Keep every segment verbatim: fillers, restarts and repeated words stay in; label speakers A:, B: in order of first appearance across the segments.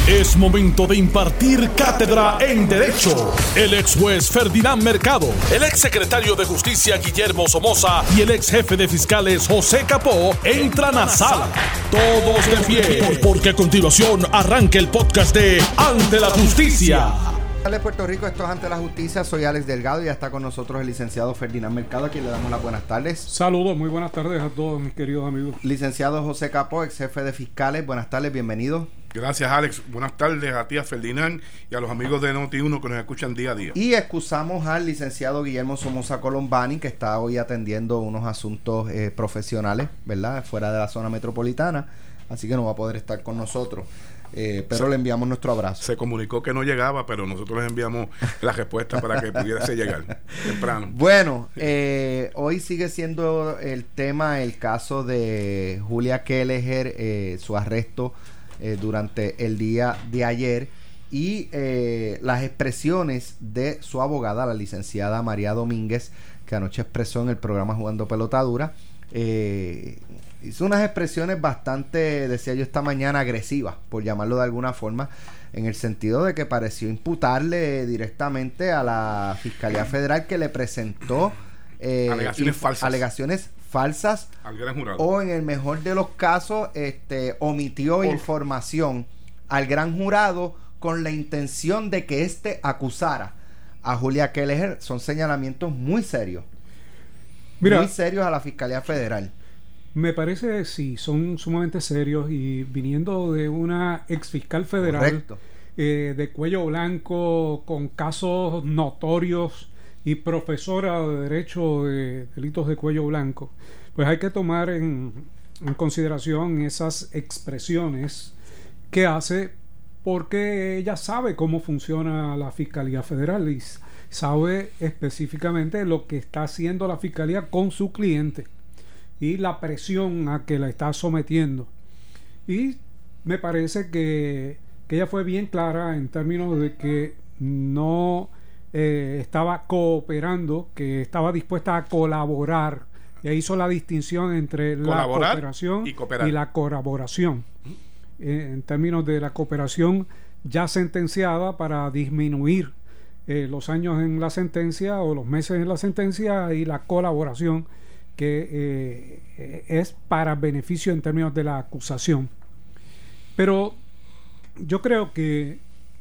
A: Es momento de impartir cátedra en Derecho. El ex juez Ferdinand Mercado, el ex secretario de Justicia Guillermo Somoza y el ex jefe de fiscales José Capó entran a sala. Todos de pie, porque a continuación arranca el podcast de Ante la Justicia.
B: De Puerto Rico, esto es Ante la Justicia. Soy Alex Delgado y ya está con nosotros el licenciado Ferdinand Mercado, a quien le damos las buenas tardes.
C: Saludos, muy buenas tardes a todos mis queridos amigos.
B: Licenciado José Capó, ex jefe de fiscales, buenas tardes, bienvenido.
D: Gracias, Alex. Buenas tardes a ti, a Ferdinand, y a los amigos de Noti uno que nos escuchan día a día.
B: Y excusamos al licenciado Guillermo Somoza Colombani, que está hoy atendiendo unos asuntos eh, profesionales, ¿verdad?, fuera de la zona metropolitana, así que no va a poder estar con nosotros. Eh, pero se, le enviamos nuestro abrazo.
D: Se comunicó que no llegaba, pero nosotros les enviamos la respuesta para que pudiese llegar temprano.
B: Bueno, eh, hoy sigue siendo el tema el caso de Julia Kelleher, eh, su arresto eh, durante el día de ayer y eh, las expresiones de su abogada, la licenciada María Domínguez, que anoche expresó en el programa Jugando Pelota Dura. Eh, hizo unas expresiones bastante, decía yo esta mañana, agresivas, por llamarlo de alguna forma, en el sentido de que pareció imputarle directamente a la Fiscalía Federal que le presentó eh,
D: alegaciones falsas
B: alegaciones falsas
D: al gran jurado,
B: o en el mejor de los casos este, omitió Uf. información al gran jurado con la intención de que éste acusara a Julia Kelleher. Son señalamientos muy serios. Mira, muy serios a la Fiscalía Federal.
C: Me parece, sí, son sumamente serios, y viniendo de una ex fiscal federal eh, de cuello blanco, con casos notorios y profesora de Derecho de Delitos de Cuello Blanco, pues hay que tomar en, en consideración esas expresiones que hace, porque ella sabe cómo funciona la Fiscalía Federal y sabe específicamente lo que está haciendo la Fiscalía con su cliente y la presión a que la está sometiendo. Y me parece que, que ella fue bien clara en términos de que no eh, estaba cooperando, que estaba dispuesta a colaborar. Ya hizo la distinción entre la cooperación y, y la colaboración. Eh, en términos de la cooperación ya sentenciada para disminuir eh, los años en la sentencia o los meses en la sentencia, y la colaboración que eh, es para beneficio en términos de la acusación. Pero yo creo que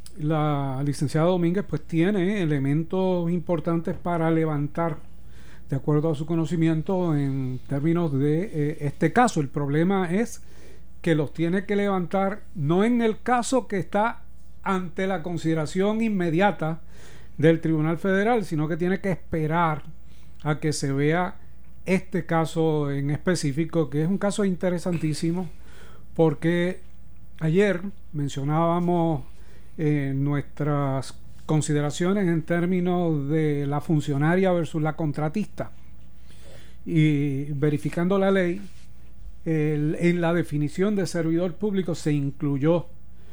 C: la licenciada Domínguez pues tiene elementos importantes para levantar, de acuerdo a su conocimiento, en términos de eh, este caso. El problema es que los tiene que levantar no en el caso que está ante la consideración inmediata del Tribunal Federal, sino que tiene que esperar a que se vea este caso en específico, que es un caso interesantísimo, porque ayer mencionábamos eh, nuestras consideraciones en términos de la funcionaria versus la contratista, y verificando la ley, el, en la definición de servidor público se incluyó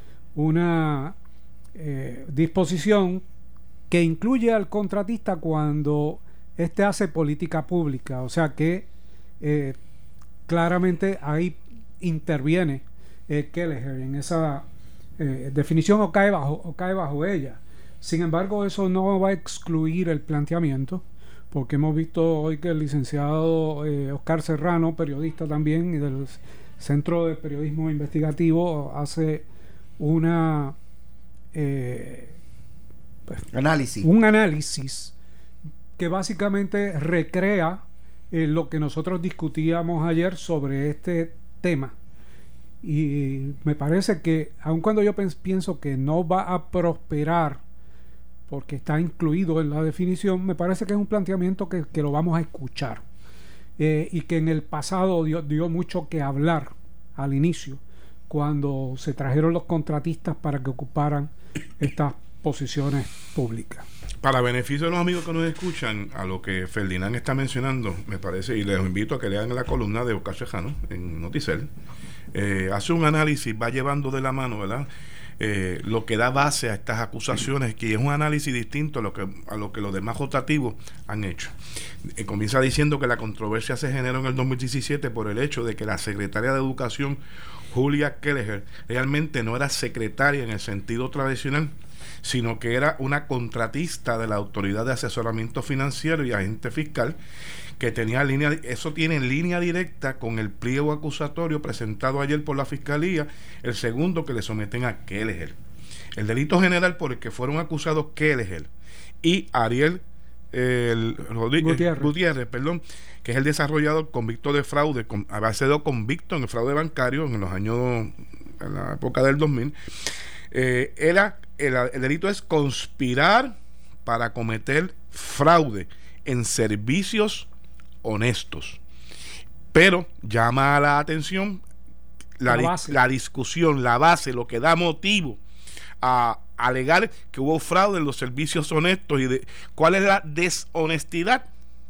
C: una eh, disposición que incluye al contratista cuando este hace política pública, o sea que eh, claramente ahí interviene eh, Kelleher en esa eh, definición, o cae bajo o cae bajo ella. Sin embargo, eso no va a excluir el planteamiento, porque hemos visto hoy que el licenciado eh, Oscar Serrano, periodista también y del Centro de Periodismo Investigativo, hace una eh, pues,
B: análisis
C: un análisis que básicamente recrea eh, lo que nosotros discutíamos ayer sobre este tema. Y me parece que, aun cuando yo pens- pienso que no va a prosperar porque está incluido en la definición, me parece que es un planteamiento que, que lo vamos a escuchar, eh, y que en el pasado dio, dio mucho que hablar al inicio, cuando se trajeron los contratistas para que ocuparan estas posiciones públicas.
D: Para beneficio de los amigos que nos escuchan, a lo que Ferdinand está mencionando, me parece, y les invito a que lean la columna de Oscar Serrano en Noticel, eh, hace un análisis, va llevando de la mano, ¿verdad?, eh, lo que da base a estas acusaciones, que es un análisis distinto a lo que, a lo que los demás rotativos han hecho. Eh, comienza diciendo que la controversia se generó en el dos mil diecisiete por el hecho de que la secretaria de Educación, Julia Kelleher, realmente no era secretaria en el sentido tradicional, sino que era una contratista de la Autoridad de Asesoramiento Financiero y Agente Fiscal, que tenía línea, eso tiene línea directa con el pliego acusatorio presentado ayer por la Fiscalía, el segundo que le someten a Kelleher. El delito general por el que fueron acusados Kelleher y Ariel eh, Gutiérrez. Gutiérrez, perdón, que es el desarrollador convicto de fraude, con, había sido convicto en el fraude bancario en los años, en la época del dos mil, eh, era el, el delito es conspirar para cometer fraude en servicios honestos. Pero llama la atención la, la, la discusión, la base, lo que da motivo a alegar que hubo fraude en los servicios honestos. Y de, ¿cuál es la deshonestidad?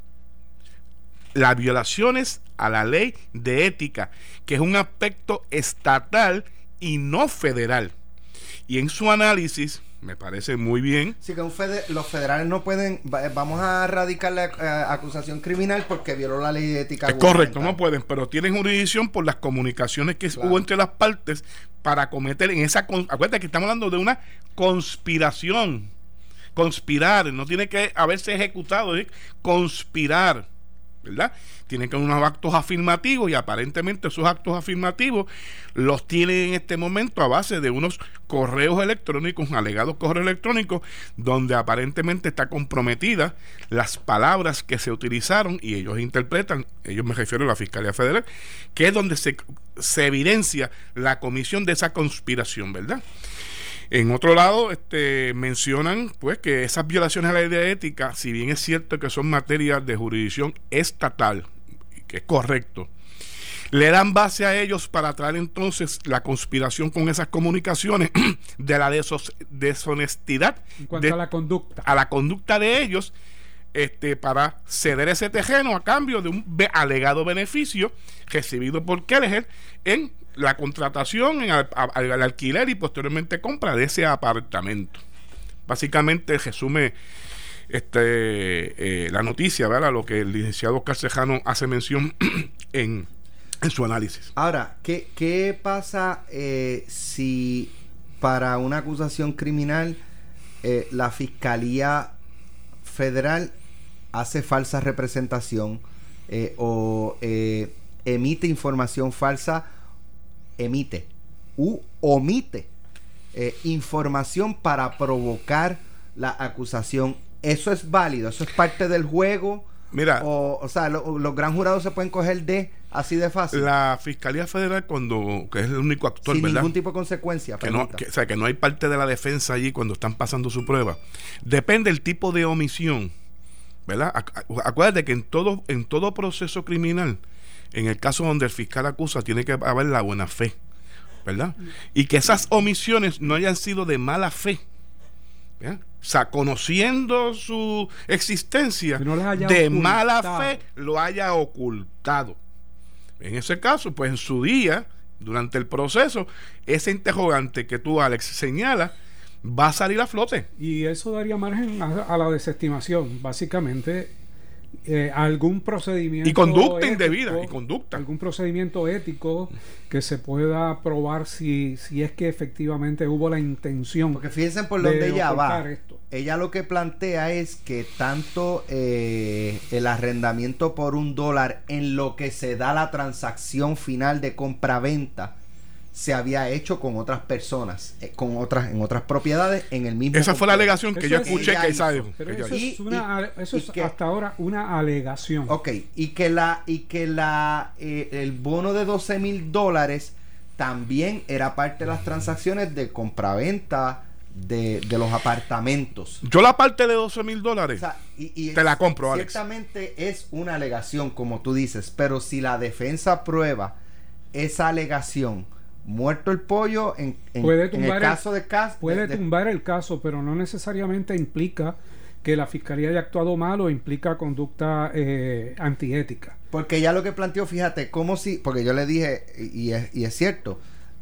D: Las violaciones a la ley de ética, que es un aspecto estatal y no federal. Y en su análisis me parece muy bien.
B: Sí, que un fede- los federales no pueden, vamos a radicar la uh, acusación criminal porque violó la ley de ética.
D: Es correcto, no pueden, pero tienen jurisdicción por las comunicaciones que claro. hubo entre las partes para cometer en esa... Acuérdate que estamos hablando de una conspiración. Conspirar, no tiene que haberse ejecutado, es conspirar, ¿verdad? Tienen que haber unos actos afirmativos y aparentemente esos actos afirmativos los tienen en este momento a base de unos correos electrónicos, alegados correos electrónicos, donde aparentemente está comprometida las palabras que se utilizaron y ellos interpretan, ellos me refiero a la Fiscalía Federal, que es donde se, se evidencia la comisión de esa conspiración, ¿verdad? En otro lado, este, mencionan pues que esas violaciones a la ley de ética, si bien es cierto que son materias de jurisdicción estatal, que es correcto, le dan base a ellos para traer entonces la conspiración con esas comunicaciones de la desos, deshonestidad
C: en cuanto
D: de,
C: a la conducta
D: a la conducta de ellos, este, para ceder ese terreno a cambio de un be- alegado beneficio recibido por Kelleher en la contratación, en al, al, al alquiler y posteriormente compra de ese apartamento. Básicamente resume este eh, la noticia, ¿verdad? Lo que el licenciado Oscar Sejano hace mención en, en su análisis.
B: Ahora, ¿qué, qué pasa eh, si para una acusación criminal eh, la Fiscalía Federal hace falsa representación eh, o eh, emite información falsa, emite u omite eh, información para provocar la acusación? ¿Eso es válido? ¿Eso es parte del juego?
D: Mira,
B: o, o sea, lo, los gran jurados se pueden coger de así de fácil.
D: La Fiscalía Federal, cuando que es el único actor,
B: sin
D: ¿verdad?
B: ningún tipo de consecuencia.
D: Que no, que, o sea, que no hay parte de la defensa allí cuando están pasando su prueba. Depende del tipo de omisión, ¿verdad? Acuérdate que en todo, en todo proceso criminal, en el caso donde el fiscal acusa, tiene que haber la buena fe, ¿verdad? Y que esas omisiones no hayan sido de mala fe, ¿verdad? O sea, conociendo su existencia,
C: no de
D: ocultado. Mala fe lo haya ocultado. En ese caso, pues en su día, durante el proceso, ese interrogante que tú, Alex, señalas, va a salir a flote.
C: Y eso daría margen a, a la desestimación, básicamente. Eh, algún procedimiento
D: y conducta
C: ético,
D: indebida y conducta
C: algún procedimiento ético que se pueda probar si, si es que efectivamente hubo la intención,
B: porque fíjense por dónde ella va.
C: Esto.
B: Ella lo que plantea es que tanto eh, el arrendamiento por un dólar en lo que se da la transacción final de compra-venta se había hecho con otras personas, eh, con otras en otras propiedades en el mismo.
D: Esa fue la alegación que
C: eso
D: yo
C: es,
D: escuché que sabe.
C: Pero
D: que
C: eso
D: y,
C: es, una,
B: y,
C: eso
B: y
C: es
B: que,
C: hasta ahora una alegación.
B: Ok, y que la y que la eh, el bono de doce mil dólares también era parte de las transacciones de compraventa de, de los apartamentos.
D: Yo la parte de doce mil dólares,
B: o sea, y, y
D: te la compro, Alex.
B: Ciertamente es una alegación, como tú dices, pero si la defensa prueba esa alegación, muerto el pollo, en, en, en el caso de caso
C: puede
B: de, de,
C: tumbar el caso, pero no necesariamente implica que la fiscalía haya actuado mal o implica conducta eh, antiética.
B: Porque ya lo que planteó, fíjate, como si, porque yo le dije, y es, y es cierto,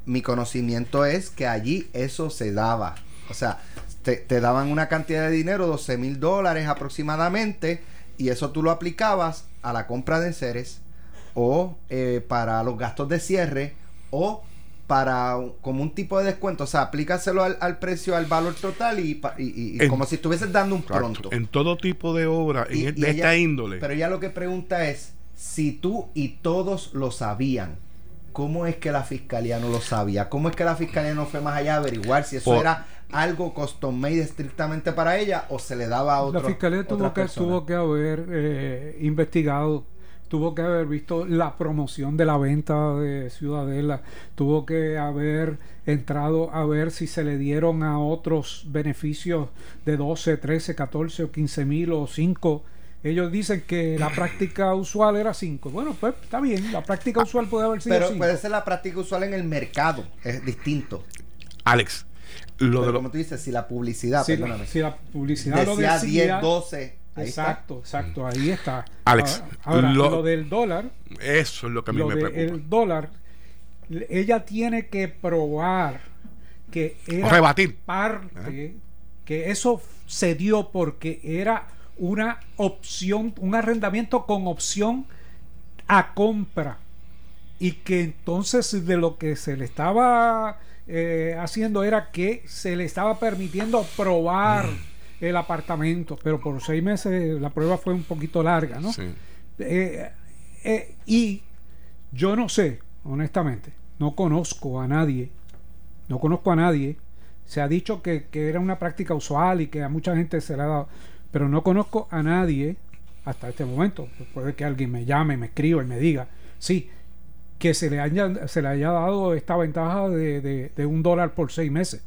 B: mi conocimiento es que allí eso se daba. O sea, te, te daban una cantidad de dinero, doce mil dólares aproximadamente, y eso tú lo aplicabas a la compra de enseres o eh, para los gastos de cierre o para un, como un tipo de descuento. O sea, aplícaselo al, al precio, al valor total y, y, y en, como si estuvieses dando un pronto.
D: En todo tipo de obra,
B: y,
D: en,
B: y
D: de
B: ella,
D: esta índole.
B: Pero ella lo que pregunta es, si tú y todos lo sabían, ¿cómo es que la fiscalía no lo sabía? ¿Cómo es que la fiscalía no fue más allá a averiguar si eso Por, era algo custom made estrictamente para ella o se le daba a otro?
C: La fiscalía tuvo que, tuvo que haber eh, investigado, tuvo que haber visto la promoción de la venta de Ciudadela, tuvo que haber entrado a ver si se le dieron a otros beneficios de doce, trece, catorce o quince mil o cinco. Ellos dicen que la práctica usual era cinco. Bueno, pues está bien, la práctica usual puede haber sido
B: Pero
C: cinco.
B: puede ser la práctica usual en el mercado, es distinto.
D: Alex, lo de lo,
B: como tú dices, si la publicidad,
C: si
B: perdóname.
C: La, si la publicidad
B: decía
C: lo decía
B: diez, doce, ahí
C: exacto,
B: está.
C: exacto, ahí está.
D: Alex,
C: ahora,
D: lo,
C: lo del dólar,
D: eso es lo que a mí
C: lo
D: me
C: de
D: preocupa.
C: El dólar, ella tiene que probar que era
D: o rebatir
C: parte,
D: ¿Eh?
C: que eso se dio porque era una opción, un arrendamiento con opción a compra, y que entonces de lo que se le estaba eh, haciendo era que se le estaba permitiendo probar mm. el apartamento, pero por seis meses la prueba fue un poquito larga, ¿no?
D: Sí.
C: Eh, eh, y yo no sé, honestamente, no conozco a nadie, no conozco a nadie, se ha dicho que, que era una práctica usual y que a mucha gente se le ha dado, pero no conozco a nadie hasta este momento. Puede que alguien me llame, me escriba y me diga, sí, que se le haya, se le haya dado esta ventaja de, de, de un dólar por seis meses.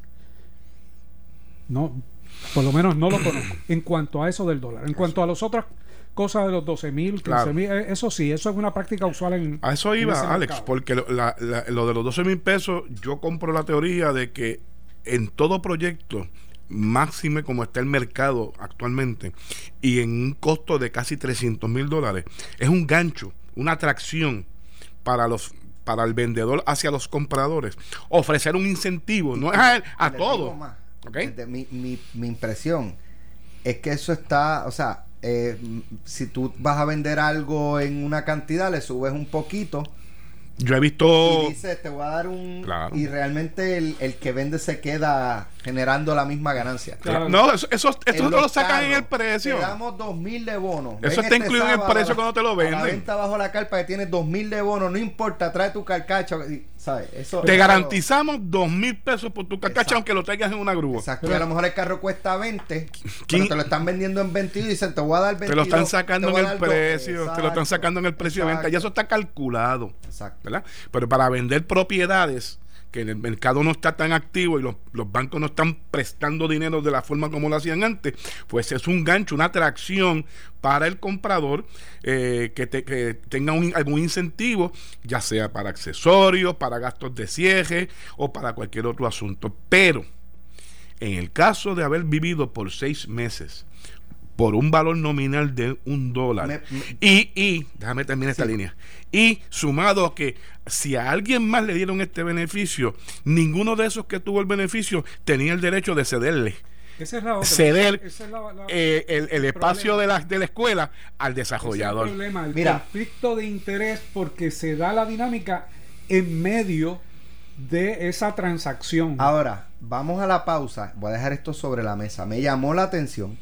C: No, por lo menos no lo conozco. En cuanto a eso del dólar, en cuanto a las otras cosas de los doce mil, quince mil, claro. Eso sí, eso es una práctica usual en
D: a eso iba,
C: en
D: Alex,
C: mercado.
D: Porque lo, la, la, lo de los doce mil pesos, yo compro la teoría de que en todo proyecto, máxime como está el mercado actualmente, y en un costo de casi trescientos mil dólares, es un gancho, una atracción para los para el vendedor hacia los compradores, ofrecer un incentivo, no es a él, a todos. ¿Okay?
B: Mi, mi, mi impresión es que eso está, o sea, eh, si tú vas a vender algo en una cantidad, le subes un poquito.
D: Yo he visto...
B: Y dice, te voy a dar un...
D: Claro.
B: Y realmente el, el que vende se queda generando la misma ganancia.
D: Claro. No, eso, eso, eso no lo sacan carros, en el precio.
B: Te damos dos mil de bono.
D: Eso
B: Ven
D: está
B: este
D: incluido en el precio
B: la,
D: cuando te lo venden.
B: A la venta bajo la carpa que tienes dos mil de bono. No importa, trae tu carcacha. ¿Sabes? Eso,
D: te
B: eso,
D: garantizamos dos mil pesos por tu carcacha, exacto, aunque lo traigas en una grúa.
B: Exacto. Pero, y a lo mejor el carro cuesta veinte, pero te lo están vendiendo en veintidós y dicen, te voy a dar veintidós.
D: Te lo están sacando en el precio.
B: Exacto,
D: te lo están sacando en el precio exacto, de venta. Y eso está calculado.
B: Exacto.
D: ¿Verdad? Pero para vender propiedades que en el mercado no está tan activo y los, los bancos no están prestando dinero de la forma como lo hacían antes, pues es un gancho, una atracción para el comprador eh, que, te, que tenga un, algún incentivo, ya sea para accesorios, para gastos de cierre o para cualquier otro asunto. Pero en el caso de haber vivido por seis meses por un valor nominal de un dólar me, me, y, y déjame terminar sí. esta línea, y sumado a que si a alguien más le dieron este beneficio, ninguno de esos que tuvo el beneficio tenía el derecho de cederle
C: Esa es la otra.
D: ceder
C: Esa es la, la,
D: eh, el, el, el espacio de la, de la escuela al desarrollador.
C: Ese es el problema, el
B: Mira,
C: conflicto de interés, porque se da la dinámica en medio de esa transacción.
B: Ahora, vamos a la pausa. Voy a dejar esto sobre la mesa. Me llamó la atención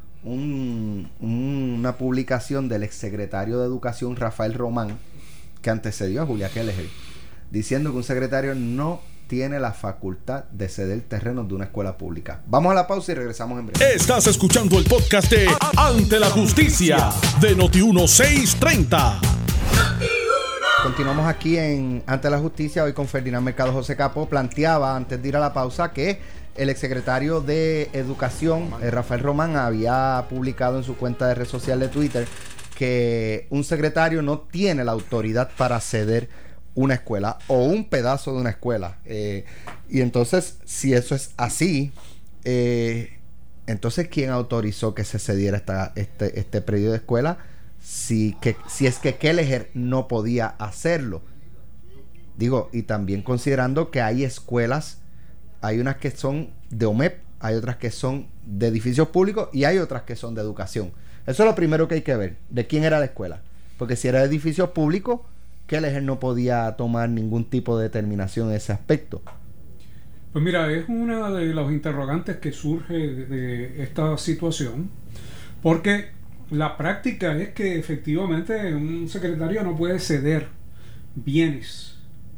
B: Un, un, una publicación del exsecretario de Educación Rafael Román, que antecedió a Julia Kelleher, diciendo que un secretario no tiene la facultad de ceder terrenos de una escuela pública. Vamos a la pausa y regresamos en breve.
A: Estás escuchando el podcast de Ante la Justicia de Noti uno seiscientos treinta.
B: Continuamos aquí en Ante la Justicia, hoy con Ferdinand Mercado. José Capó planteaba antes de ir a la pausa que el exsecretario de Educación, eh, Rafael Román, había publicado en su cuenta de red social de Twitter que un secretario no tiene la autoridad para ceder una escuela o un pedazo de una escuela. Eh, y entonces, si eso es así, eh, entonces, ¿quién autorizó que se cediera esta, este, este predio de escuela? Si, que, si es que Kelleher no podía hacerlo. Digo, y también considerando que hay escuelas, hay unas que son de O M E P, hay otras que son de edificios públicos y hay otras que son de educación. Eso es lo primero que hay que ver, de quién era la escuela. Porque si era de edificios públicos, Kelleher no podía tomar ningún tipo de determinación en ese aspecto.
C: Pues mira, es una de los interrogantes que surge de, de esta situación, porque la práctica es que efectivamente un secretario no puede ceder bienes,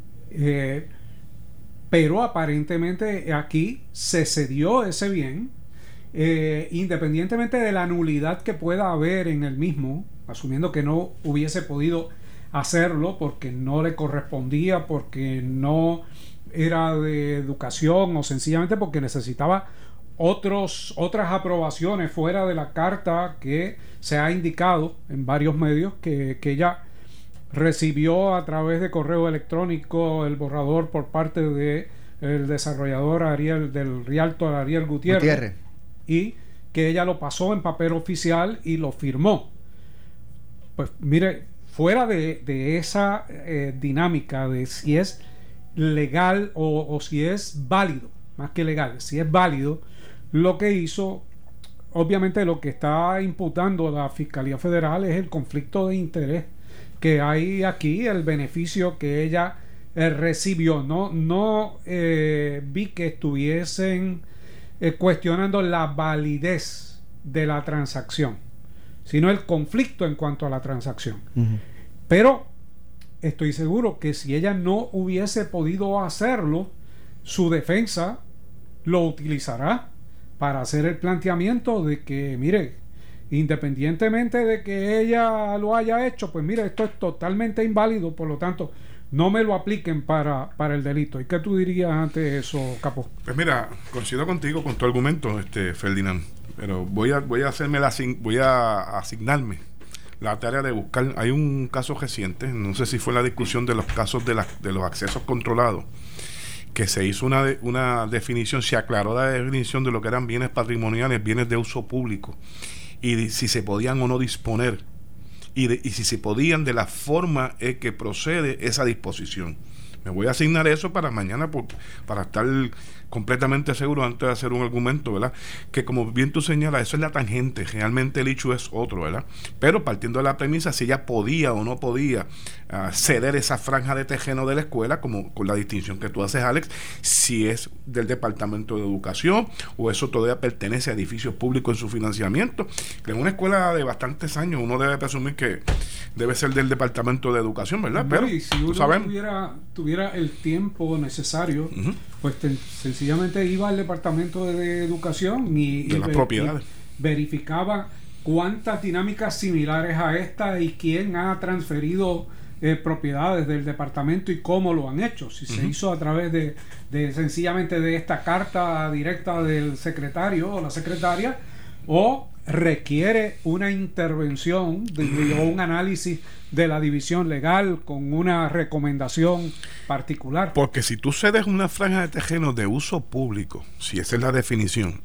C: eh, pero aparentemente aquí se cedió ese bien, eh, independientemente de la nulidad que pueda haber en el mismo, asumiendo que no hubiese podido hacerlo porque no le correspondía, porque no era de educación o sencillamente porque necesitaba otros, otras aprobaciones fuera de la carta que se ha indicado en varios medios que, que ella recibió a través de correo electrónico el borrador por parte de el desarrollador Ariel del Rialto Ariel Gutiérrez, Gutiérrez y que ella lo pasó en papel oficial y lo firmó. Pues mire, fuera de, de esa eh, dinámica de si es legal o, o si es válido, más que legal, si es válido lo que hizo, obviamente lo que está imputando la Fiscalía Federal es el conflicto de interés que hay aquí, el beneficio que ella eh, recibió. No, no eh, vi que estuviesen eh, cuestionando la validez de la transacción, sino el conflicto en cuanto a la transacción. Uh-huh. Pero estoy seguro que si ella no hubiese podido hacerlo, su defensa lo utilizará para hacer el planteamiento de que, mire, independientemente de que ella lo haya hecho, pues mire, esto es totalmente inválido, por lo tanto, no me lo apliquen para, para el delito. ¿Y qué tú dirías ante eso, Capó?
D: Pues mira, coincido contigo con tu argumento, este Ferdinand, pero voy a, voy a hacerme la, voy a asignarme la tarea de buscar. Hay un caso reciente, no sé si fue la discusión de los casos de, la, de los accesos controlados, que se hizo una, de, una definición, se aclaró la definición de lo que eran bienes patrimoniales, bienes de uso público, y de, si se podían o no disponer, y, de, y si se podían de la forma en que procede esa disposición. Me voy a asignar eso para mañana, por, para estar completamente seguro antes de hacer un argumento, ¿verdad? Que como bien tú señalas, eso es la tangente, realmente el hecho es otro, ¿verdad? Pero partiendo de la premisa, si ella podía o no podía uh, ceder esa franja de terreno de la escuela, como con la distinción que tú haces, Alex, si es del Departamento de Educación o eso todavía pertenece a edificios públicos en su financiamiento, que en una escuela de bastantes años uno debe presumir que debe ser del Departamento de Educación, ¿verdad?
C: No,
D: pero
C: y si uno tuviera, tuviera el tiempo necesario, uh-huh. pues te, sencillamente iba al Departamento de, de Educación y,
D: de
C: y,
D: las
C: ver,
D: propiedades.
C: y verificaba cuántas dinámicas similares a esta y quién ha transferido eh, propiedades del departamento y cómo lo han hecho. Si uh-huh. se hizo a través de, de sencillamente de esta carta directa del secretario o la secretaria, o requiere una intervención de, de, o un análisis de la división legal con una recomendación particular.
D: Porque si tú cedes una franja de terreno de uso público, si esa es la definición,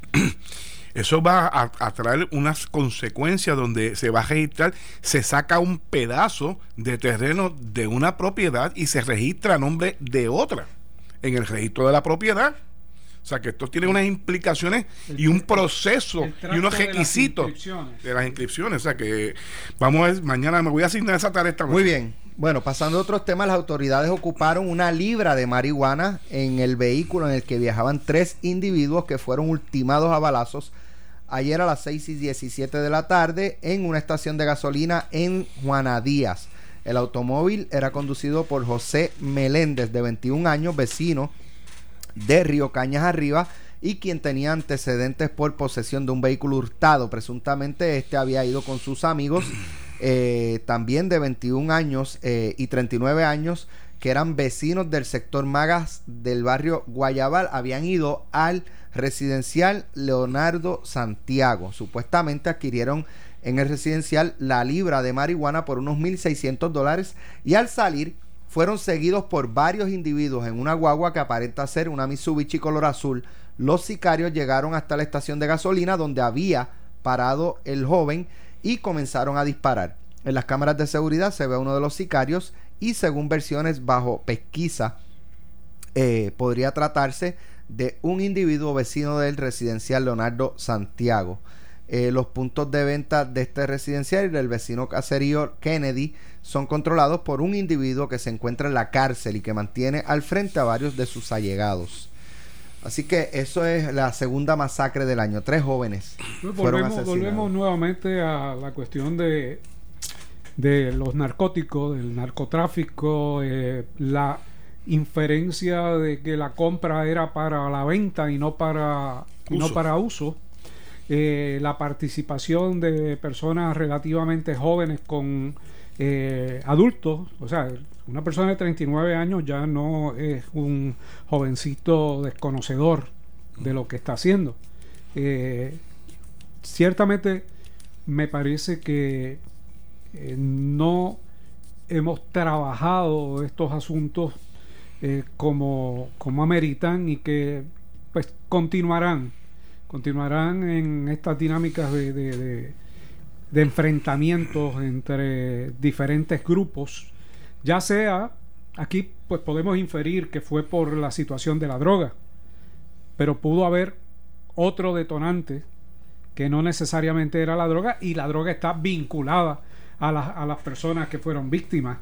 D: eso va a, a traer unas consecuencias donde se va a registrar, se saca un pedazo de terreno de una propiedad y se registra a nombre de otra en el registro de la propiedad. O sea que esto tiene unas implicaciones el, y un proceso y unos requisitos de las, de las inscripciones. O sea que vamos a ver, mañana me voy a asignar esa tarea esta noche.
B: Muy bien. Bueno, pasando a otros temas, las autoridades ocuparon una libra de marihuana en el vehículo en el que viajaban tres individuos que fueron ultimados a balazos ayer a las seis y diecisiete de la tarde en una estación de gasolina en Juana Díaz. El automóvil era conducido por José Meléndez, de veintiún años, vecino de Río Cañas Arriba, y quien tenía antecedentes por posesión de un vehículo hurtado. Presuntamente este había ido con sus amigos eh, también de veintiún años eh, y treinta y nueve años, que eran vecinos del sector Magas del barrio Guayabal. Habían ido al residencial Leonardo Santiago. Supuestamente adquirieron en el residencial la libra de marihuana por unos mil seiscientos dólares, y al salir fueron seguidos por varios individuos en una guagua que aparenta ser una Mitsubishi color azul. Los sicarios llegaron hasta la estación de gasolina donde había parado el joven y comenzaron a disparar. En las cámaras de seguridad se ve a uno de los sicarios y según versiones bajo pesquisa, eh, podría tratarse de un individuo vecino del residencial Leonardo Santiago. Eh, los puntos de venta de este residencial y del vecino caserío Kennedy son controlados por un individuo que se encuentra en la cárcel y que mantiene al frente a varios de sus allegados. Así que eso es la segunda masacre del año. Tres jóvenes
C: pues
B: fueron
C: volvemos,
B: asesinados.
C: Volvemos nuevamente a la cuestión de, de los narcóticos, del narcotráfico, eh, la inferencia de que la compra era para la venta y no para, y no para uso. Eh, la participación de personas relativamente jóvenes con eh, adultos, o sea, una persona de treinta y nueve años ya no es un jovencito desconocedor de lo que está haciendo. Eh, ciertamente me parece que eh, no hemos trabajado estos asuntos eh, como, como ameritan y que pues continuarán continuarán en estas dinámicas de, de, de, de enfrentamientos entre diferentes grupos, ya sea, aquí pues podemos inferir que fue por la situación de la droga, pero pudo haber otro detonante que no necesariamente era la droga, y la droga está vinculada a, la, a las personas que fueron víctimas.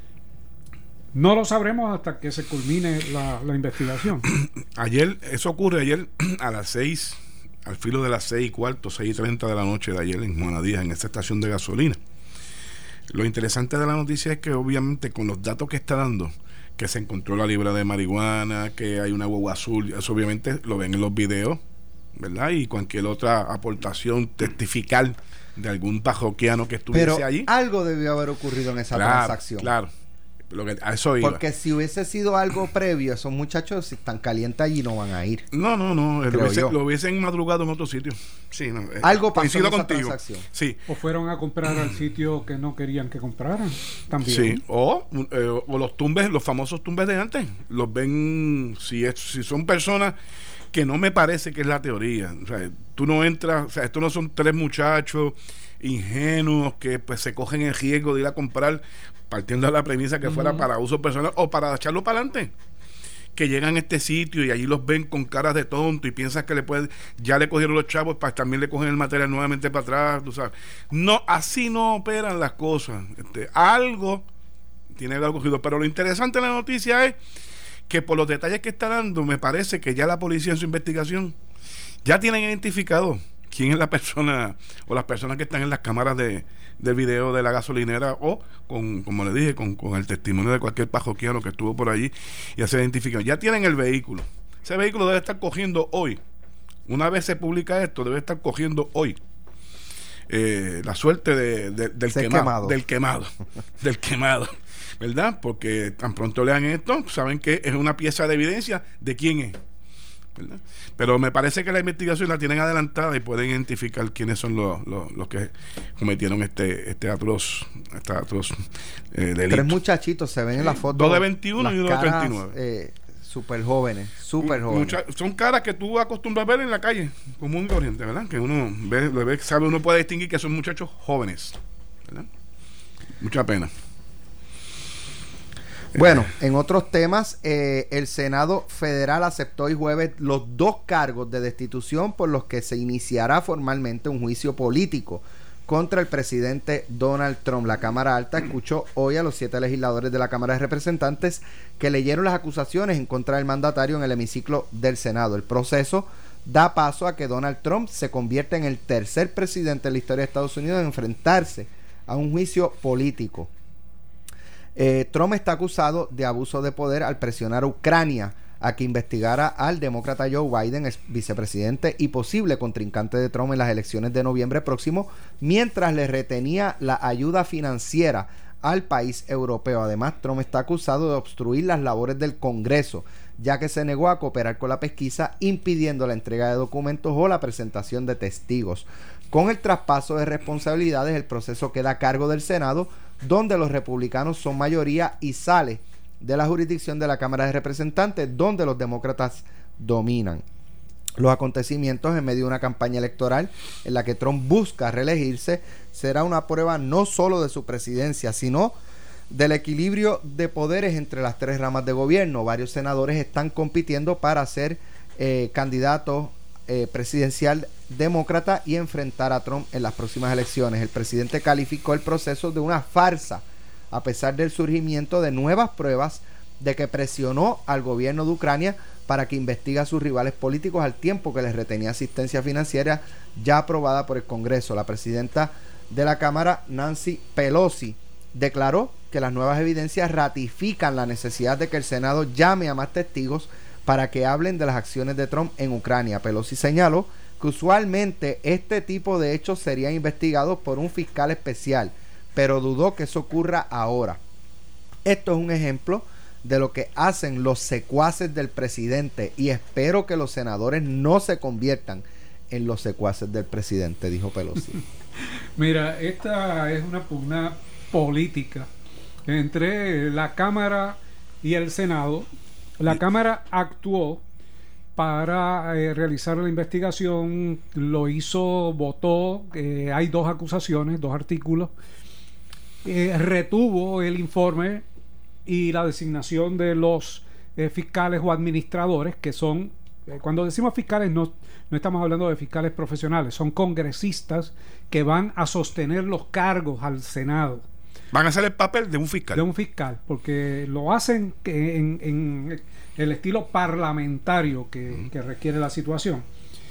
C: No lo sabremos hasta que se culmine la, la investigación.
D: Ayer, eso ocurre ayer a las seis, al filo de las seis y cuarto, seis y treinta de la noche de ayer en Juana Díaz, en esta estación de gasolina. Lo interesante de la noticia es que obviamente con los datos que está dando, que se encontró la libra de marihuana, que hay una guagua azul, eso obviamente lo ven en los videos, ¿verdad? Y cualquier otra aportación testifical de algún parroquiano que estuviese
B: Pero
D: allí.
B: Algo debió haber ocurrido en esa
D: claro,
B: transacción.
D: Claro. Lo que, a eso iba.
B: Porque si hubiese sido algo previo, esos muchachos, si están calientes allí, no van a ir.
D: No, no, no. Lo, hubiese, lo hubiesen madrugado en otro sitio. Sí, no,
B: algo pasó en esa
D: contigo.
B: transacción.
D: Sí.
C: O fueron a comprar al sitio que no querían que compraran. También.
D: Sí. O, eh, o los tumbes, los famosos tumbes de antes. Los ven, si, es, si son personas que no me parece que es la teoría. O sea, tú no entras, o sea, estos no son tres muchachos ingenuos que pues se cogen el riesgo de ir a comprar partiendo de la premisa que uh-huh. fuera para uso personal o para echarlo para adelante, que llegan a este sitio y allí los ven con caras de tonto y piensas que le pueden, ya le cogieron los chavos, pues también le cogen el material nuevamente para atrás, tú sabes. No, así no operan las cosas. Este, algo tiene que haber ocurrido, pero lo interesante de la noticia es que por los detalles que está dando, me parece que ya la policía en su investigación ya tienen identificado quién es la persona o las personas que están en las cámaras de del video de la gasolinera o con, como le dije, con, con el testimonio de cualquier parroquiano que estuvo por allí y ya se identifican. Ya tienen el vehículo. Ese vehículo debe estar cogiendo hoy. Una vez se publica esto, debe estar cogiendo hoy eh, la suerte de, de, del, quema, quemado. del quemado. Del quemado. ¿Verdad? Porque tan pronto lean esto, saben que es una pieza de evidencia de quién es. ¿Verdad? Pero me parece que la investigación la tienen adelantada y pueden identificar quiénes son los, los, los que cometieron este este atroz, este atroz eh, delito.
B: Tres muchachitos se ven sí, en la foto.
D: Dos de veintiuno y uno de treinta y nueve.
B: Eh, súper jóvenes, súper jóvenes.
D: Mucha, son caras que tú acostumbras a ver en la calle, común y corriente, ¿verdad? Que uno ve, ve, sabe, uno puede distinguir que son muchachos jóvenes, ¿verdad? Mucha pena.
B: Bueno, en otros temas, eh, el Senado Federal aceptó hoy jueves los dos cargos de destitución por los que se iniciará formalmente un juicio político contra el presidente Donald Trump. La Cámara Alta escuchó hoy a los siete legisladores de la Cámara de Representantes que leyeron las acusaciones en contra del mandatario en el hemiciclo del Senado. El proceso da paso a que Donald Trump se convierta en el tercer presidente de la historia de Estados Unidos en enfrentarse a un juicio político. Eh, Trump está acusado de abuso de poder al presionar a Ucrania a que investigara al demócrata Joe Biden, ex vicepresidente y posible contrincante de Trump en las elecciones de noviembre próximo, mientras le retenía la ayuda financiera al país europeo. Además, Trump está acusado de obstruir las labores del Congreso, ya que se negó a cooperar con la pesquisa, impidiendo la entrega de documentos o la presentación de testigos. Con el traspaso de responsabilidades, el proceso queda a cargo del Senado, donde los republicanos son mayoría, y sale de la jurisdicción de la Cámara de Representantes, donde los demócratas dominan. Los acontecimientos en medio de una campaña electoral en la que Trump busca reelegirse será una prueba no solo de su presidencia, sino del equilibrio de poderes entre las tres ramas de gobierno. Varios senadores están compitiendo para ser eh, candidatos eh, presidencial demócrata y enfrentar a Trump en las próximas elecciones. El presidente calificó el proceso de una farsa, a pesar del surgimiento de nuevas pruebas de que presionó al gobierno de Ucrania para que investigue a sus rivales políticos al tiempo que les retenía asistencia financiera ya aprobada por el Congreso. La presidenta de la Cámara, Nancy Pelosi, declaró que las nuevas evidencias ratifican la necesidad de que el Senado llame a más testigos para que hablen de las acciones de Trump en Ucrania. Pelosi señaló que usualmente este tipo de hechos serían investigados por un fiscal especial, pero dudó que eso ocurra ahora. Esto es un ejemplo de lo que hacen los secuaces del presidente y espero que los senadores no se conviertan en los secuaces del presidente, dijo Pelosi.
C: Mira, esta es una pugna política entre la Cámara y el Senado. La Cámara actuó para eh, realizar la investigación, lo hizo, votó, eh, hay dos acusaciones, dos artículos, eh, retuvo el informe y la designación de los eh, fiscales o administradores, que son, eh, cuando decimos fiscales no, no estamos hablando de fiscales profesionales, son congresistas que van a sostener los cargos al Senado.
D: Van a hacer el papel de un fiscal.
C: De un fiscal, porque lo hacen en, en el estilo parlamentario que, que requiere la situación.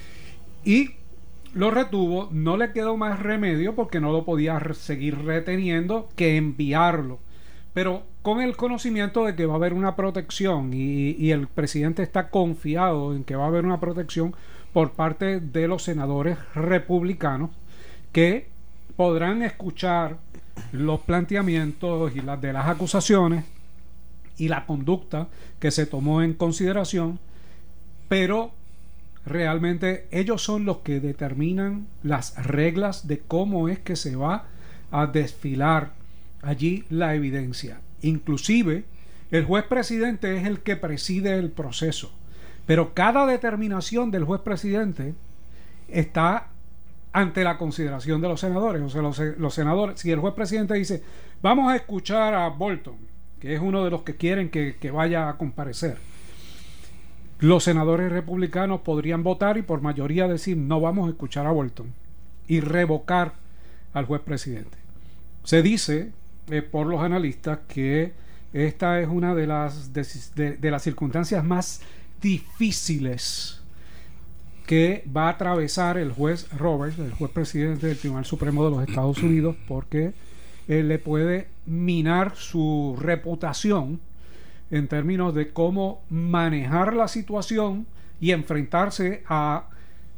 C: Y lo retuvo, no le quedó más remedio porque no lo podía seguir reteniendo que enviarlo. Pero con el conocimiento de que va a haber una protección y, y el presidente está confiado en que va a haber una protección por parte de los senadores republicanos que podrán escuchar los planteamientos y las de las acusaciones y la conducta que se tomó en consideración, pero realmente ellos son los que determinan las reglas de cómo es que se va a desfilar allí la evidencia. Inclusive el juez presidente es el que preside el proceso, pero cada determinación del juez presidente está ante la consideración de los senadores. O sea, los, los senadores, si el juez presidente dice vamos a escuchar a Bolton, que es uno de los que quieren que, que vaya a comparecer, los senadores republicanos podrían votar y por mayoría decir no vamos a escuchar a Bolton y revocar al juez presidente. Se dice eh, por los analistas que esta es una de las de, de, de las circunstancias más difíciles que va a atravesar el juez Roberts, el juez presidente del Tribunal Supremo de los Estados Unidos, porque él le puede minar su reputación en términos de cómo manejar la situación y enfrentarse a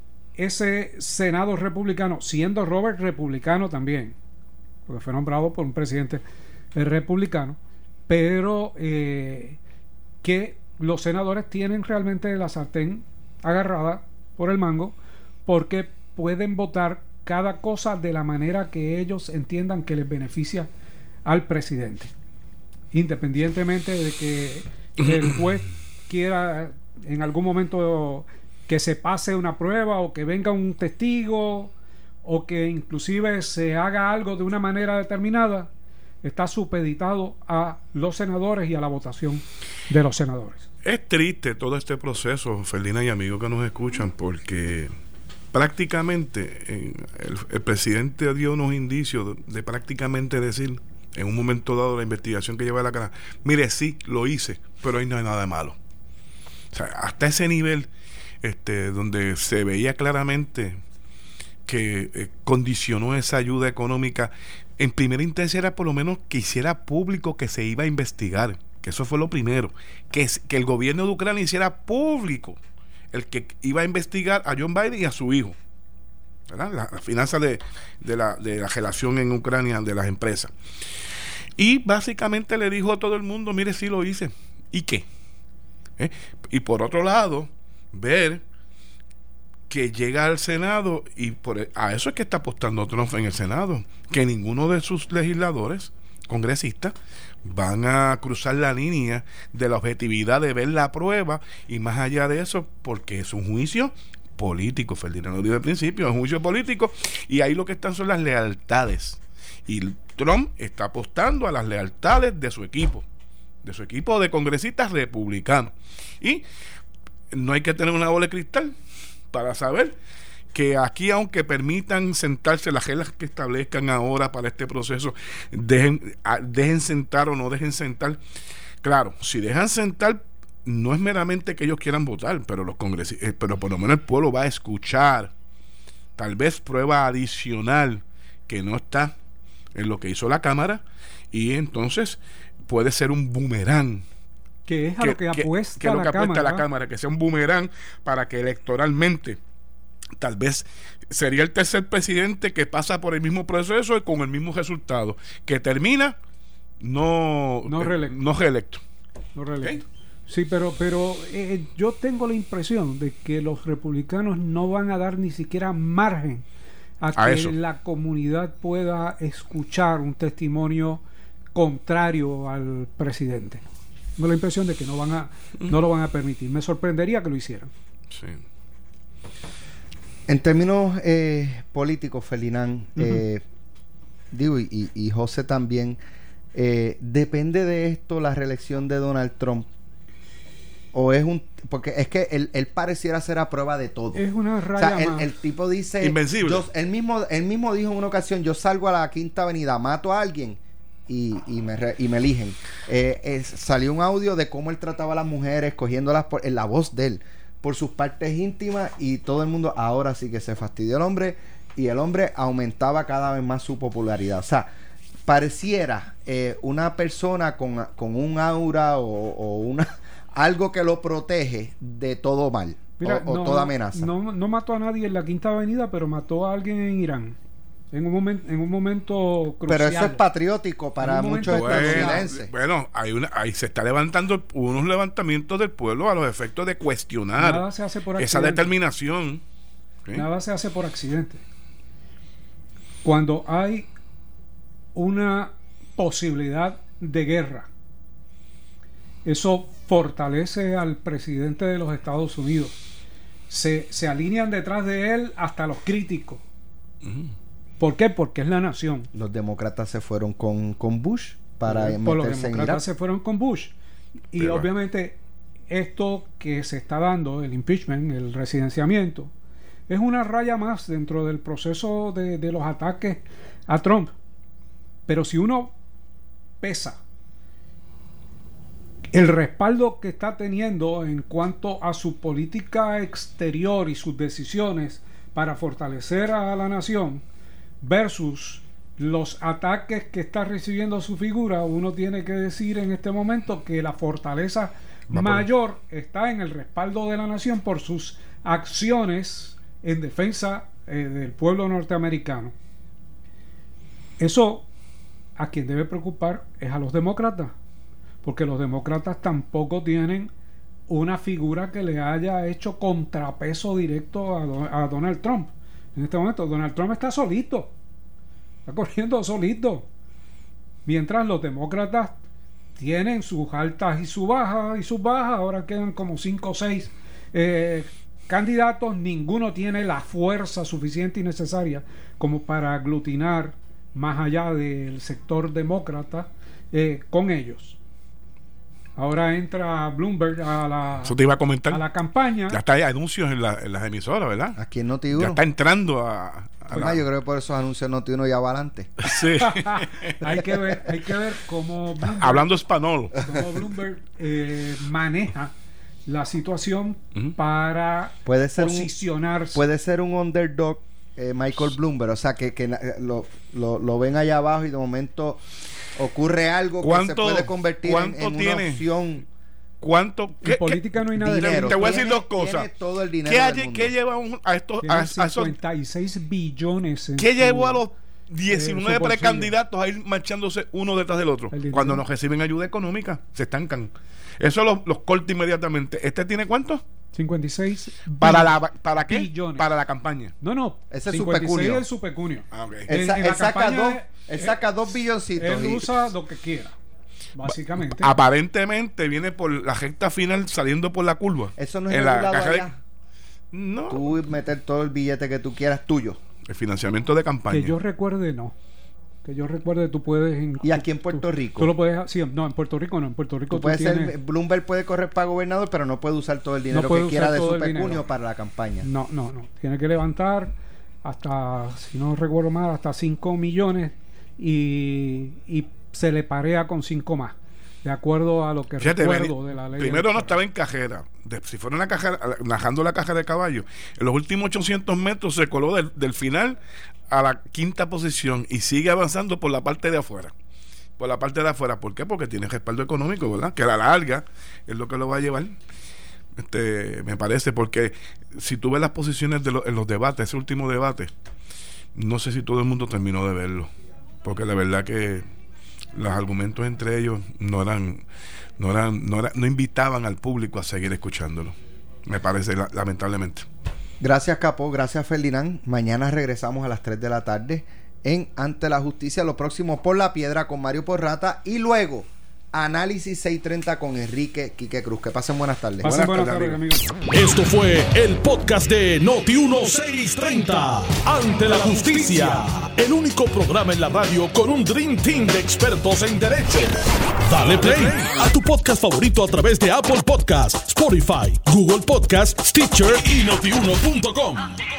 C: ese Senado republicano, siendo Roberts republicano también, porque fue nombrado por un presidente republicano, pero eh, que los senadores tienen realmente la sartén agarrada por el mango, porque pueden votar cada cosa de la manera que ellos entiendan que les beneficia al presidente, independientemente de que el juez quiera en algún momento que se pase una prueba o que venga un testigo o que inclusive se haga algo de una manera determinada. Está supeditado a los senadores y a la votación de los senadores.
D: Es triste todo este proceso, Ferdinand y amigos que nos escuchan, porque prácticamente eh, el, el presidente dio unos indicios de, de prácticamente decir en un momento dado la investigación que lleva a la cara, mire, sí, lo hice, pero ahí no hay nada de malo. O sea, hasta ese nivel este, donde se veía claramente que eh, condicionó esa ayuda económica. En primera instancia era por lo menos que hiciera público que se iba a investigar, que eso fue lo primero, que, es, que el gobierno de Ucrania hiciera público el que iba a investigar a John Biden y a su hijo, ¿verdad? La, la finanza de, de, la, de la relación en Ucrania de las empresas. Y básicamente le dijo a todo el mundo, mire, sí lo hice, ¿y qué? ¿Eh? Y por otro lado, ver que llega al Senado y por a eso es que está apostando Trump en el Senado, que ninguno de sus legisladores, congresistas, van a cruzar la línea de la objetividad de ver la prueba y más allá de eso, porque es un juicio político. Ferdinand lo dijo al principio, es un juicio político y ahí lo que están son las lealtades Y Trump está apostando a las lealtades de su equipo, de su equipo de congresistas republicanos. Y no hay que tener una bola de cristal para saber que aquí, aunque permitan sentarse las reglas que establezcan ahora para este proceso, dejen, dejen sentar o no dejen sentar. Claro, si dejan sentar, no es meramente que ellos quieran votar, pero los congresistas, pero por lo menos el pueblo va a escuchar tal vez prueba adicional que no está en lo que hizo la Cámara, y entonces puede ser un boomerang.
C: Que es a
D: que,
C: lo que apuesta,
D: que, que
C: la,
D: lo que apuesta
C: cámara.
D: la Cámara, que sea un boomerang para que electoralmente tal vez sería el tercer presidente que pasa por el mismo proceso y con el mismo resultado, que termina no
C: no reelecto.
D: Eh, no reelecto.
C: No reelecto.
D: ¿Okay?
C: Sí, pero, pero eh, yo tengo la impresión de que los republicanos no van a dar ni siquiera margen a,
D: a
C: que
D: eso.
C: la comunidad pueda escuchar un testimonio contrario al presidente. Tengo la impresión de que no van a, no lo van a permitir. Me sorprendería que lo hicieran.
D: Sí.
B: En términos eh, políticos, Ferdinand,
C: Uh-huh.
B: eh, digo, y, y José también, eh, ¿depende de esto la reelección de Donald Trump? ¿O es un...? Porque es que él, él pareciera ser a prueba de todo.
C: Es una
B: O
C: raya
B: sea, el,
C: más.
B: el tipo dice...
D: Invencible.
B: Yo, él, mismo, él mismo dijo en una ocasión, yo salgo a la Quinta Avenida, mato a alguien y, y, me, re, y me eligen. Eh, es, salió un audio de cómo él trataba a las mujeres, cogiéndolas por, en la voz de él, por sus partes íntimas, y todo el mundo ahora sí que se fastidió el hombre, y el hombre aumentaba cada vez más su popularidad. O sea, pareciera eh, una persona con, con un aura o, o una algo que lo protege de todo mal.
C: Mira,
B: o, o
C: no,
B: toda amenaza.
C: No, no mató a nadie en la Quinta Avenida, pero mató a alguien en Irán. En un momento, en un momento crucial.
B: Pero eso es patriótico para
C: En un
B: muchos
C: momento
B: estadounidenses.
D: Bueno, hay una, ahí se está levantando unos levantamientos del pueblo a los efectos de cuestionar
C: Nada se hace por
D: esa
C: accidente.
D: determinación. ¿Sí?
C: Nada se hace por accidente. Cuando hay una posibilidad de guerra, eso fortalece al presidente de los Estados Unidos. Se, se alinean detrás de él hasta los críticos.
D: Uh-huh.
C: ¿Por qué? Porque es la nación.
B: Los demócratas se fueron con, con Bush para
C: Por los
B: meterse en
C: demócratas
B: Irak.
C: se fueron con Bush. Y
D: Pero,
C: obviamente esto que se está dando, el impeachment, el residenciamiento, es una raya más dentro del proceso de, de los ataques a Trump. Pero si uno pesa el respaldo que está teniendo en cuanto a su política exterior y sus decisiones para fortalecer a la nación versus los ataques que está recibiendo su figura, uno tiene que decir en este momento que la fortaleza
D: Va
C: mayor está en el respaldo de la nación por sus acciones en defensa eh, del pueblo norteamericano. Eso a quien debe preocupar es a los demócratas, porque los demócratas tampoco tienen una figura que le haya hecho contrapeso directo a, Don, a Donald Trump. En este momento Donald Trump está solito, está corriendo solito, mientras los demócratas tienen sus altas y sus bajas y sus bajas. Ahora quedan como cinco o seis eh, candidatos, ninguno tiene la fuerza suficiente y necesaria como para aglutinar más allá del sector demócrata eh, con ellos. Ahora entra Bloomberg a la,
D: Eso te iba a comentar.
C: a la campaña.
D: Ya está, hay anuncios en, la, en las emisoras, ¿verdad?
B: Aquí en Noti uno.
D: Ya está entrando a, a
B: Pues
D: la...
B: nada, yo creo que por esos anuncios Noti uno ya va adelante.
D: Sí.
C: hay que ver, hay que ver cómo Bloomberg,
D: Hablando español.
C: cómo Bloomberg eh, maneja la situación
D: Uh-huh.
C: para
B: Puede ser un,
C: posicionarse.
B: puede ser un underdog eh, Michael Bloomberg, o sea que, que eh, lo, lo, lo ven allá abajo y de momento ocurre algo que se puede convertir en, en una opción.
D: ¿Cuánto?
C: En política no hay nada de
B: dinero.
D: Te voy a
B: Tiene-
D: decir dos cosas.
B: tiene todo el dinero
D: ¿Qué,
B: del
D: hay-
B: mundo.
D: ¿Qué lleva un- a estos
C: Tiene
D: a, a esos,
C: cincuenta y seis billones en
D: ¿Qué
C: su-
D: llevó a los
C: en
D: diecinueve
C: su bolsillo.
D: precandidatos a ir marchándose uno detrás del otro?
C: El dinero.
D: Cuando no reciben ayuda económica, se estancan. Eso los, los corta inmediatamente. ¿Este tiene cuánto?
C: cincuenta y seis
D: ¿Para la para qué?
C: billones.
D: Para la campaña.
C: No, no.
B: Ese es su
C: cincuenta y seis
B: pecunio.
C: es su pecunio.
D: Ah, ok.
B: Él,
C: En-
B: sa-
C: en
B: él
C: la
B: saca
C: campaña
B: dos,
C: es-
B: él saca dos billoncitos.
C: Él
B: y-
C: usa lo que quiera, básicamente.
D: Aparentemente viene por la recta final saliendo por la curva.
B: Eso no es
D: En la
B: regulado
D: caja de-
B: allá.
D: No.
B: Tú meter todo el billete que tú quieras tuyo.
D: El financiamiento de campaña.
C: Que yo recuerde, no. Que que yo recuerde, tú puedes... En,
B: ¿Y aquí en Puerto
C: tú,
B: Rico?
C: Tú lo puedes... Sí, no, en Puerto Rico no. En Puerto Rico
B: tú, tú puedes
C: tienes,
B: ser, Bloomberg puede correr para gobernador, pero no puede usar todo el dinero
C: no
B: que quiera de su
C: pecunio
B: dinero para la campaña.
C: No, no, no. Tiene que levantar hasta, si no recuerdo mal, hasta cinco millones y, y se le parea con cinco más. De acuerdo a lo que
D: Fíjate,
C: recuerdo de la ley.
D: Primero no estaba en cajera. De, si fuera una cajera, najando la caja de caballo, en los últimos ochocientos metros se coló del, del final a la quinta posición y sigue avanzando por la parte de afuera. Por la parte de afuera. ¿Por qué? Porque tiene respaldo económico, ¿verdad? Que a la larga es lo que lo va a llevar. Este, me parece, porque si tú ves las posiciones de lo, en los debates, ese último debate, no sé si todo el mundo terminó de verlo. Porque la verdad que los argumentos entre ellos no eran no eran no, era, no invitaban al público a seguir escuchándolo, me parece, la, lamentablemente.
B: Gracias, Capó, gracias, Ferdinand. Mañana regresamos a las tres de la tarde en Ante la Justicia. Lo próximo, Por la Piedra con Mario Porrata, y luego Análisis seiscientos treinta con Enrique Quique Cruz. Que pasen buenas tardes.
C: Pasen
B: Buenas,
C: buenas
B: tardes,
C: tardes, amigos.
A: Esto fue el podcast de Noti uno seiscientos treinta. Ante la Justicia. El único programa en la radio con un Dream Team de expertos en derecho. Dale play a tu podcast favorito a través de Apple Podcasts, Spotify, Google Podcasts, Stitcher y notiuno punto com.